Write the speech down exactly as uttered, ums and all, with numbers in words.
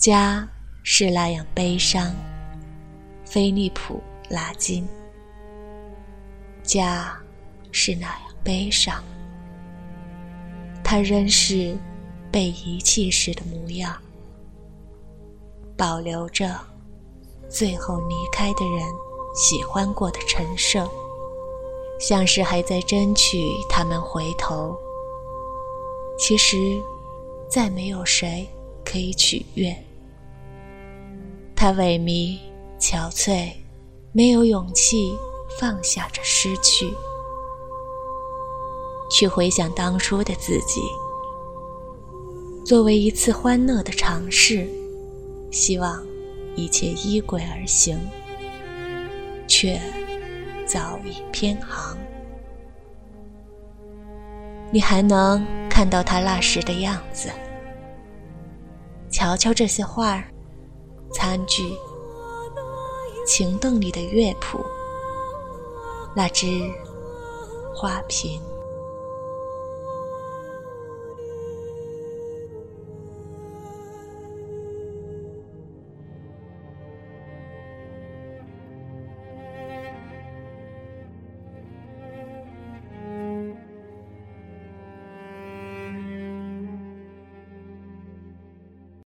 家是那样悲伤，菲利普·拉金。家是那样悲伤，它仍是被遗弃时的模样，保留着最后离开的人喜欢过的陈设，像是还在争取他们回头。其实再没有谁可以取悦。他萎靡憔悴，没有勇气放下这失去，去回想当初的自己。作为一次欢乐的尝试，希望一切依轨而行，却早已偏航。你还能看到他那时的样子，瞧瞧这些画儿、餐具、情凳里的乐谱，那只花瓶。